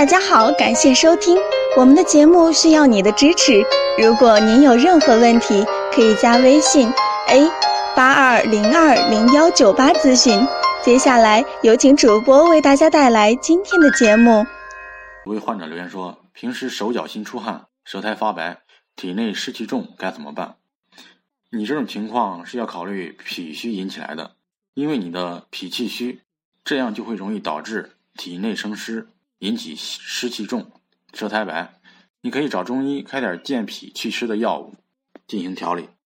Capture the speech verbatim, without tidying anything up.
大家好，感谢收听我们的节目，需要你的支持。如果您有任何问题，可以加微信 A 八二零二零幺九八咨询。接下来有请主播为大家带来今天的节目。 为患者留言说，平时手脚心出汗，舌苔发白，体内湿气重，该怎么办？你这种情况是要考虑脾虚引起来的，因为你的脾气虚，这样就会容易导致体内生湿，引起湿气重，舌苔白。你可以找中医开点健脾祛湿的药物进行调理。